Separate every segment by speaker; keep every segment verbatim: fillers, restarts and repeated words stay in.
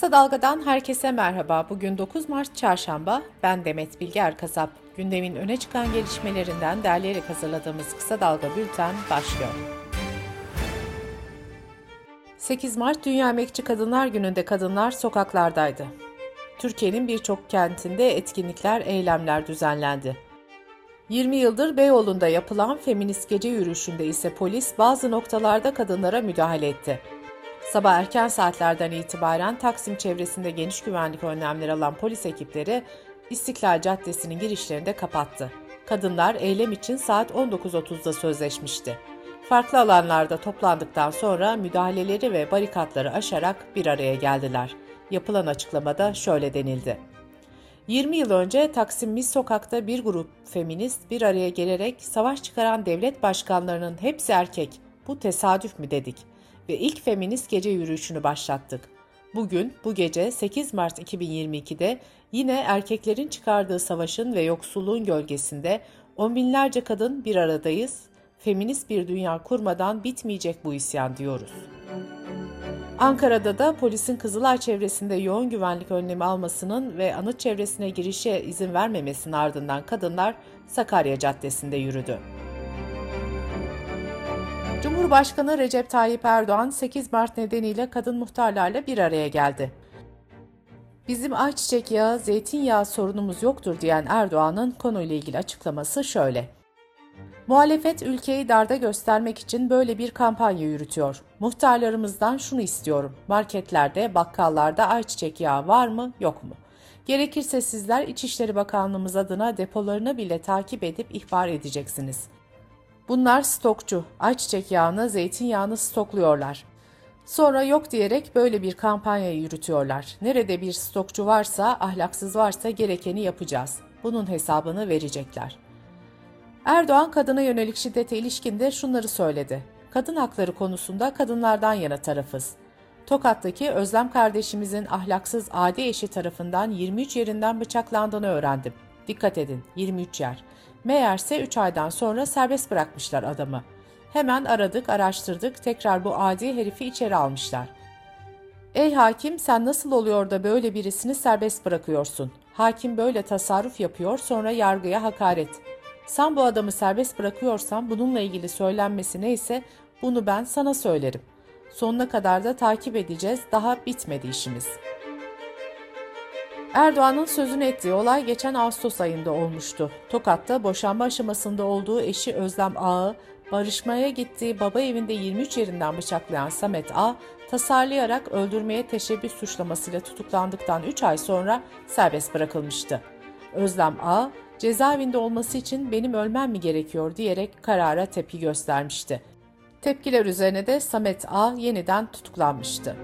Speaker 1: Kısa Dalga'dan herkese merhaba. Bugün dokuz Mart Çarşamba. Ben Demet Bilge Erkasap. Gündemin öne çıkan gelişmelerinden derleyerek hazırladığımız Kısa Dalga Bülten başlıyor. sekiz Mart Dünya Emekçi Kadınlar Günü'nde kadınlar sokaklardaydı. Türkiye'nin birçok kentinde etkinlikler, eylemler düzenlendi. yirmi yıldır Beyoğlu'nda yapılan feminist gece yürüyüşünde ise polis bazı noktalarda kadınlara müdahale etti. Sabah erken saatlerden itibaren Taksim çevresinde geniş güvenlik önlemleri alan polis ekipleri İstiklal Caddesi'nin girişlerini de kapattı. Kadınlar eylem için saat on dokuz otuzda sözleşmişti. Farklı alanlarda toplandıktan sonra müdahaleleri ve barikatları aşarak bir araya geldiler. Yapılan açıklamada şöyle denildi. yirmi yıl önce Taksim Mis Sokak'ta bir grup feminist bir araya gelerek savaş çıkaran devlet başkanlarının hepsi erkek, bu tesadüf mü dedik ve ilk feminist gece yürüyüşünü başlattık. Bugün, bu gece sekiz Mart iki bin yirmi iki'de yine erkeklerin çıkardığı savaşın ve yoksulluğun gölgesinde on binlerce kadın bir aradayız, feminist bir dünya kurmadan bitmeyecek bu isyan diyoruz. Ankara'da da polisin Kızılay çevresinde yoğun güvenlik önlemi almasının ve anıt çevresine girişe izin vermemesinin ardından kadınlar Sakarya Caddesi'nde yürüdü. Cumhurbaşkanı Recep Tayyip Erdoğan sekiz Mart nedeniyle kadın muhtarlarla bir araya geldi. Bizim ayçiçek yağı, zeytinyağı sorunumuz yoktur diyen Erdoğan'ın konuyla ilgili açıklaması şöyle. Muhalefet ülkeyi darda göstermek için böyle bir kampanya yürütüyor. Muhtarlarımızdan şunu istiyorum. Marketlerde, bakkallarda ayçiçek yağı var mı, yok mu? Gerekirse sizler İçişleri Bakanlığımız adına depolarını bile takip edip ihbar edeceksiniz. Bunlar stokçu, ayçiçek yağını, zeytinyağını stokluyorlar. Sonra yok diyerek böyle bir kampanya yürütüyorlar. Nerede bir stokçu varsa, ahlaksız varsa gerekeni yapacağız. Bunun hesabını verecekler. Erdoğan kadına yönelik şiddete ilişkin de şunları söyledi. Kadın hakları konusunda kadınlardan yana tarafız. Tokat'taki Özlem kardeşimizin ahlaksız adi eşi tarafından yirmi üç yerinden bıçaklandığını öğrendim. Dikkat edin, yirmi üç yer. Meğerse üç aydan sonra serbest bırakmışlar adamı. Hemen aradık, araştırdık, tekrar bu adi herifi içeri almışlar. Ey hakim, sen nasıl oluyor da böyle birisini serbest bırakıyorsun? Hakim böyle tasarruf yapıyor, sonra yargıya hakaret. Sen bu adamı serbest bırakıyorsan bununla ilgili söylenmesi neyse bunu ben sana söylerim. Sonuna kadar da takip edeceğiz, daha bitmedi işimiz. Erdoğan'ın sözünü ettiği olay geçen Ağustos ayında olmuştu. Tokat'ta boşanma aşamasında olduğu eşi Özlem Ağa'yı barışmaya gittiği baba evinde yirmi üç yerinden bıçaklayan Samet A, tasarlayarak öldürmeye teşebbüs suçlamasıyla tutuklandıktan üç ay sonra serbest bırakılmıştı. Özlem A, cezaevinde olması için benim ölmem mi gerekiyor diyerek karara tepki göstermişti. Tepkiler üzerine de Samet A yeniden tutuklanmıştı.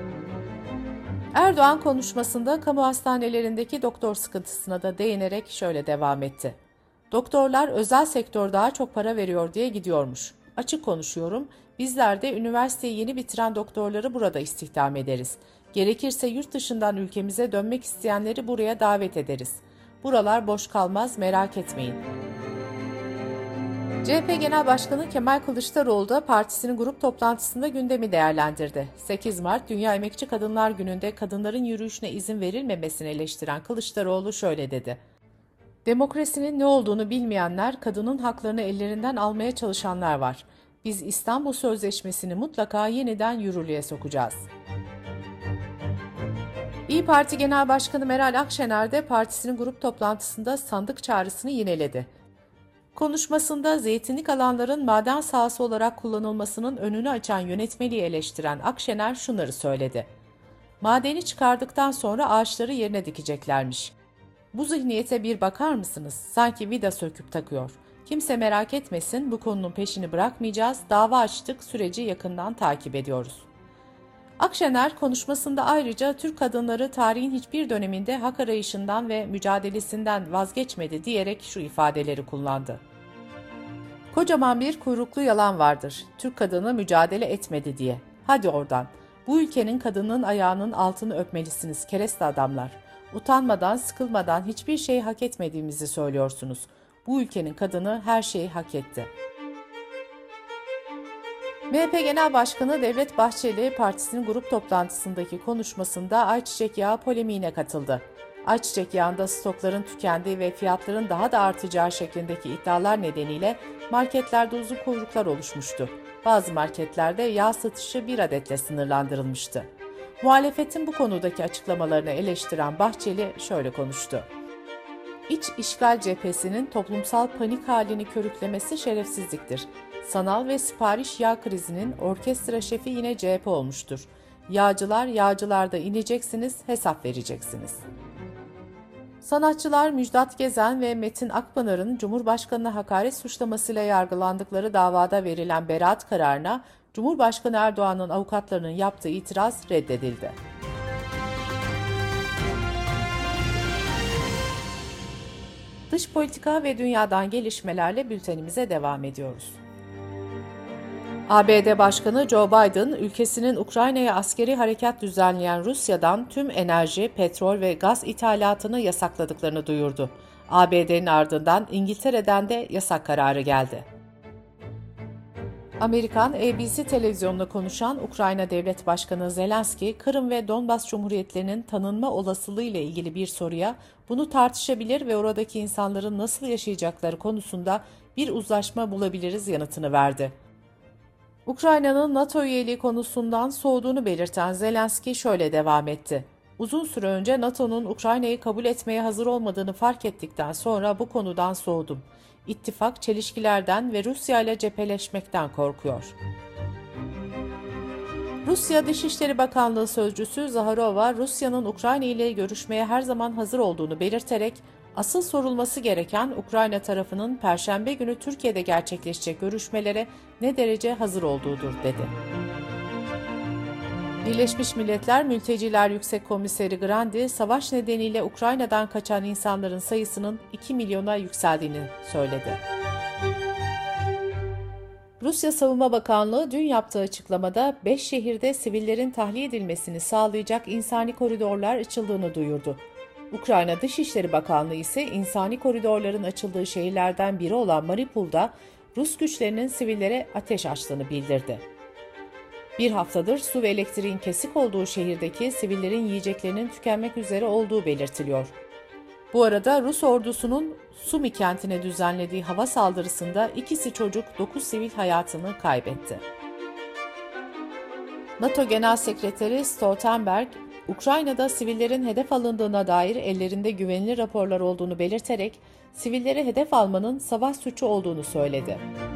Speaker 1: Erdoğan konuşmasında kamu hastanelerindeki doktor sıkıntısına da değinerek şöyle devam etti. Doktorlar özel sektör daha çok para veriyor diye gidiyormuş. Açık konuşuyorum, bizler de üniversiteyi yeni bitiren doktorları burada istihdam ederiz. Gerekirse yurt dışından ülkemize dönmek isteyenleri buraya davet ederiz. Buralar boş kalmaz, merak etmeyin. C H P Genel Başkanı Kemal Kılıçdaroğlu da partisinin grup toplantısında gündemi değerlendirdi. sekiz Mart Dünya Emekçi Kadınlar Günü'nde kadınların yürüyüşüne izin verilmemesini eleştiren Kılıçdaroğlu şöyle dedi. Demokrasinin ne olduğunu bilmeyenler, kadının haklarını ellerinden almaya çalışanlar var. Biz İstanbul Sözleşmesi'ni mutlaka yeniden yürürlüğe sokacağız. İYİ Parti Genel Başkanı Meral Akşener de partisinin grup toplantısında sandık çağrısını yineledi. Konuşmasında zeytinlik alanların maden sahası olarak kullanılmasının önünü açan yönetmeliği eleştiren Akşener şunları söyledi. Madeni çıkardıktan sonra ağaçları yerine dikeceklermiş. Bu zihniyete bir bakar mısınız? Sanki vida söküp takıyor. Kimse merak etmesin, bu konunun peşini bırakmayacağız, dava açtık, süreci yakından takip ediyoruz. Akşener konuşmasında ayrıca Türk kadınları tarihin hiçbir döneminde hak arayışından ve mücadelesinden vazgeçmedi diyerek şu ifadeleri kullandı. Kocaman bir kuyruklu yalan vardır. Türk kadını mücadele etmedi diye. Hadi oradan. Bu ülkenin kadının ayağının altını öpmelisiniz kereste adamlar. Utanmadan, sıkılmadan hiçbir şey hak etmediğimizi söylüyorsunuz. Bu ülkenin kadını her şeyi hak etti. M H P Genel Başkanı Devlet Bahçeli, partisinin grup toplantısındaki konuşmasında ayçiçek yağı polemiğine katıldı. Ayçiçek yağında stokların tükendiği ve fiyatların daha da artacağı şeklindeki iddialar nedeniyle marketlerde uzun kuyruklar oluşmuştu. Bazı marketlerde yağ satışı bir adetle sınırlandırılmıştı. Muhalefetin bu konudaki açıklamalarını eleştiren Bahçeli şöyle konuştu. İç işgal cephesinin toplumsal panik halini körüklemesi şerefsizliktir. Sanal ve sipariş yağ krizinin orkestra şefi yine C H P olmuştur. Yağcılar yağcılarda ineceksiniz, hesap vereceksiniz. Sanatçılar Müjdat Gezen ve Metin Akpınar'ın Cumhurbaşkanı'na hakaret suçlamasıyla yargılandıkları davada verilen beraat kararına Cumhurbaşkanı Erdoğan'ın avukatlarının yaptığı itiraz reddedildi. Dış politika ve dünyadan gelişmelerle bültenimize devam ediyoruz. A B D Başkanı Joe Biden, ülkesinin Ukrayna'ya askeri harekat düzenleyen Rusya'dan tüm enerji, petrol ve gaz ithalatını yasakladıklarını duyurdu. A B D'nin ardından İngiltere'den de yasak kararı geldi. Amerikan A B C televizyonunda konuşan Ukrayna Devlet Başkanı Zelenski, Kırım ve Donbas Cumhuriyetlerinin tanınma olasılığı ile ilgili bir soruya bunu tartışabilir ve oradaki insanların nasıl yaşayacakları konusunda bir uzlaşma bulabiliriz yanıtını verdi. Ukrayna'nın NATO üyeliği konusundan soğuduğunu belirten Zelenski şöyle devam etti. Uzun süre önce NATO'nun Ukrayna'yı kabul etmeye hazır olmadığını fark ettikten sonra bu konudan soğudum. İttifak çelişkilerden ve Rusya ile cepheleşmekten korkuyor. Rusya Dışişleri Bakanlığı Sözcüsü Zaharova, Rusya'nın Ukrayna ile görüşmeye her zaman hazır olduğunu belirterek, asıl sorulması gereken Ukrayna tarafının Perşembe günü Türkiye'de gerçekleşecek görüşmelere ne derece hazır olduğudur, dedi. Birleşmiş Milletler Mülteciler Yüksek Komiseri Grandi, savaş nedeniyle Ukrayna'dan kaçan insanların sayısının iki milyona yükseldiğini söyledi. Rusya Savunma Bakanlığı dün yaptığı açıklamada beş şehirde sivillerin tahliye edilmesini sağlayacak insani koridorlar açıldığını duyurdu. Ukrayna Dışişleri Bakanlığı ise insani koridorların açıldığı şehirlerden biri olan Mariupol'da Rus güçlerinin sivillere ateş açtığını bildirdi. Bir haftadır su ve elektriğin kesik olduğu şehirdeki sivillerin yiyeceklerinin tükenmek üzere olduğu belirtiliyor. Bu arada Rus ordusunun Sumi kentine düzenlediği hava saldırısında ikisi çocuk, dokuz sivil hayatını kaybetti. NATO Genel Sekreteri Stoltenberg, Ukrayna'da sivillerin hedef alındığına dair ellerinde güvenilir raporlar olduğunu belirterek, sivilleri hedef almanın savaş suçu olduğunu söyledi.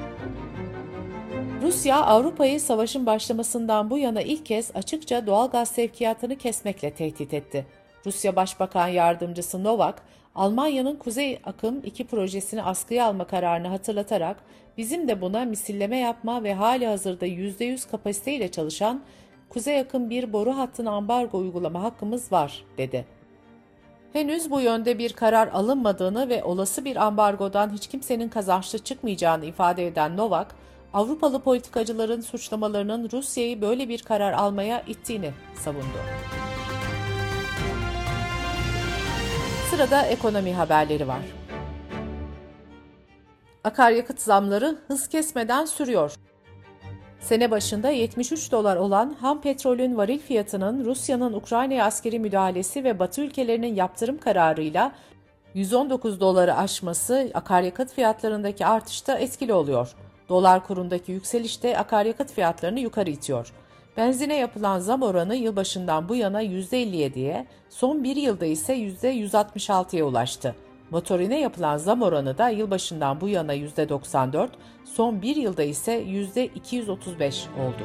Speaker 1: Rusya, Avrupa'yı savaşın başlamasından bu yana ilk kez açıkça doğal gaz sevkiyatını kesmekle tehdit etti. Rusya Başbakan Yardımcısı Novak, Almanya'nın Kuzey Akım iki projesini askıya alma kararını hatırlatarak, bizim de buna misilleme yapma ve hali hazırda yüzde yüz kapasiteyle çalışan Kuzey Akım bir boru hattına ambargo uygulama hakkımız var, dedi. Henüz bu yönde bir karar alınmadığını ve olası bir ambargodan hiç kimsenin kazançlı çıkmayacağını ifade eden Novak, Avrupalı politikacıların suçlamalarının Rusya'yı böyle bir karar almaya ittiğini savundu. Sırada ekonomi haberleri var. Akaryakıt zamları hız kesmeden sürüyor. Sene başında yetmiş üç dolar olan ham petrolün varil fiyatının Rusya'nın Ukrayna'ya askeri müdahalesi ve Batı ülkelerinin yaptırım kararıyla yüz on dokuz doları aşması akaryakıt fiyatlarındaki artışta etkili oluyor. Dolar kurundaki yükseliş de akaryakıt fiyatlarını yukarı itiyor. Benzine yapılan zam oranı yılbaşından bu yana yüzde elli yediye, son bir yılda ise yüzde yüz altmış altıya ulaştı. Motorine yapılan zam oranı da yılbaşından bu yana yüzde doksan dört, son bir yılda ise yüzde iki yüz otuz beş oldu.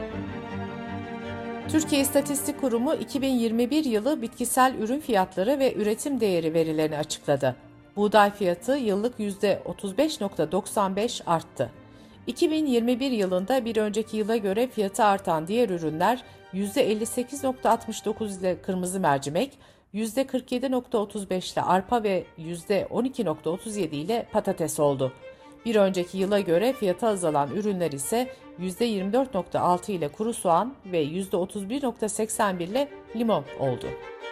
Speaker 1: Türkiye İstatistik Kurumu iki bin yirmi bir yılı bitkisel ürün fiyatları ve üretim değeri verilerini açıkladı. Buğday fiyatı yıllık yüzde otuz beş virgül doksan beş arttı. iki bin yirmi bir yılında bir önceki yıla göre fiyatı artan diğer ürünler yüzde elli sekiz virgül altmış dokuz ile kırmızı mercimek, yüzde kırk yedi virgül otuz beş ile arpa ve yüzde on iki virgül otuz yedi ile patates oldu. Bir önceki yıla göre fiyatı azalan ürünler ise yüzde yirmi dört virgül altı ile kuru soğan ve yüzde otuz bir virgül seksen bir ile limon oldu.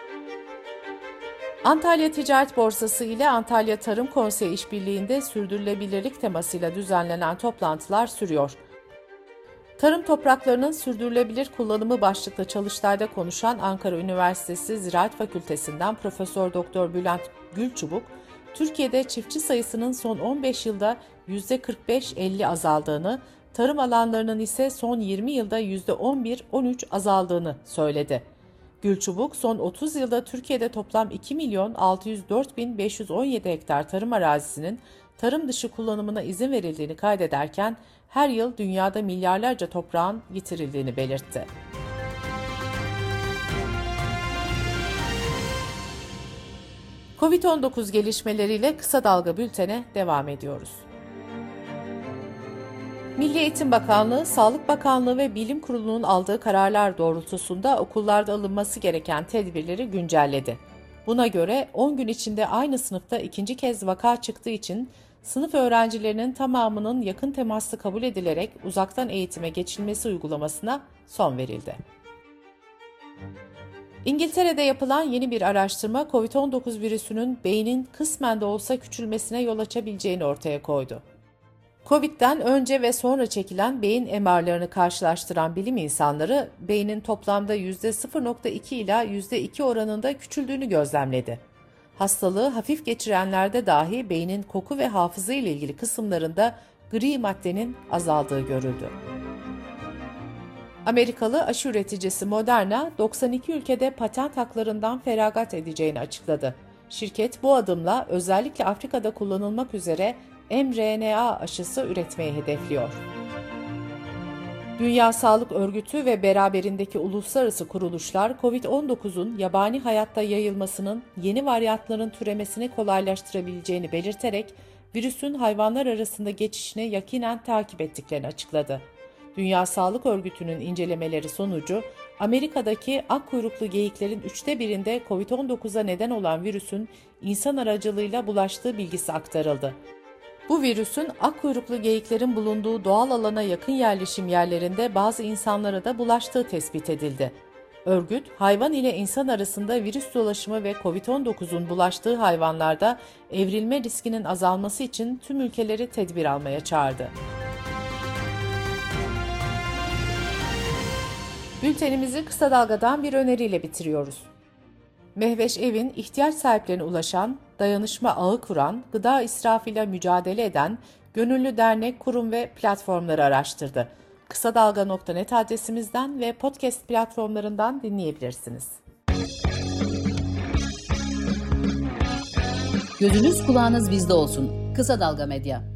Speaker 1: Antalya Ticaret Borsası ile Antalya Tarım Konseyi işbirliğinde sürdürülebilirlik temasıyla düzenlenen toplantılar sürüyor. Tarım topraklarının sürdürülebilir kullanımı başlıklı çalıştayda konuşan Ankara Üniversitesi Ziraat Fakültesinden Profesör Doktor Bülent Gülçubuk, Türkiye'de çiftçi sayısının son on beş yılda yüzde kırk beş elli azaldığını, tarım alanlarının ise son yirmi yılda yüzde on bir on üç azaldığını söyledi. Gülçubuk, son otuz yılda Türkiye'de toplam iki milyon altı yüz dört bin beş yüz on yedi hektar tarım arazisinin tarım dışı kullanımına izin verildiğini kaydederken, her yıl dünyada milyarlarca toprağın yitirildiğini belirtti. kovid on dokuz gelişmeleriyle kısa dalga bültene devam ediyoruz. Milli Eğitim Bakanlığı, Sağlık Bakanlığı ve Bilim Kurulu'nun aldığı kararlar doğrultusunda okullarda alınması gereken tedbirleri güncelledi. Buna göre on gün içinde aynı sınıfta ikinci kez vaka çıktığı için sınıf öğrencilerinin tamamının yakın temaslı kabul edilerek uzaktan eğitime geçilmesi uygulamasına son verildi. İngiltere'de yapılan yeni bir araştırma, kovid on dokuz virüsünün beynin kısmen de olsa küçülmesine yol açabileceğini ortaya koydu. Covid'den önce ve sonra çekilen beyin M R'larını karşılaştıran bilim insanları, beynin toplamda yüzde sıfır virgül iki ila yüzde iki oranında küçüldüğünü gözlemledi. Hastalığı hafif geçirenlerde dahi beynin koku ve hafıza ile ilgili kısımlarında gri maddenin azaldığı görüldü. Amerikalı aşı üreticisi Moderna, doksan iki ülkede patent haklarından feragat edeceğini açıkladı. Şirket bu adımla özellikle Afrika'da kullanılmak üzere mRNA aşısı üretmeyi hedefliyor. Dünya Sağlık Örgütü ve beraberindeki uluslararası kuruluşlar, kovid on dokuzun yabani hayatta yayılmasının yeni varyantların türemesini kolaylaştırabileceğini belirterek, virüsün hayvanlar arasında geçişini yakinen takip ettiklerini açıkladı. Dünya Sağlık Örgütü'nün incelemeleri sonucu, Amerika'daki akkuyruklu geyiklerin üçte birinde kovid on dokuza neden olan virüsün insan aracılığıyla bulaştığı bilgisi aktarıldı. Bu virüsün akkuyruklu geyiklerin bulunduğu doğal alana yakın yerleşim yerlerinde bazı insanlara da bulaştığı tespit edildi. Örgüt, hayvan ile insan arasında virüs dolaşımı ve kovid on dokuzun bulaştığı hayvanlarda evrilme riskinin azalması için tüm ülkeleri tedbir almaya çağırdı. Bültenimizi kısa dalgadan bir öneriyle bitiriyoruz. Mehveş Evin ihtiyaç sahiplerine ulaşan, dayanışma ağı kuran, gıda israfıyla mücadele eden gönüllü dernek, kurum ve platformları araştırdı. kısa dalga nokta net adresimizden ve podcast platformlarından dinleyebilirsiniz.
Speaker 2: Gözünüz kulağınız bizde olsun. Kısa Dalga Medya.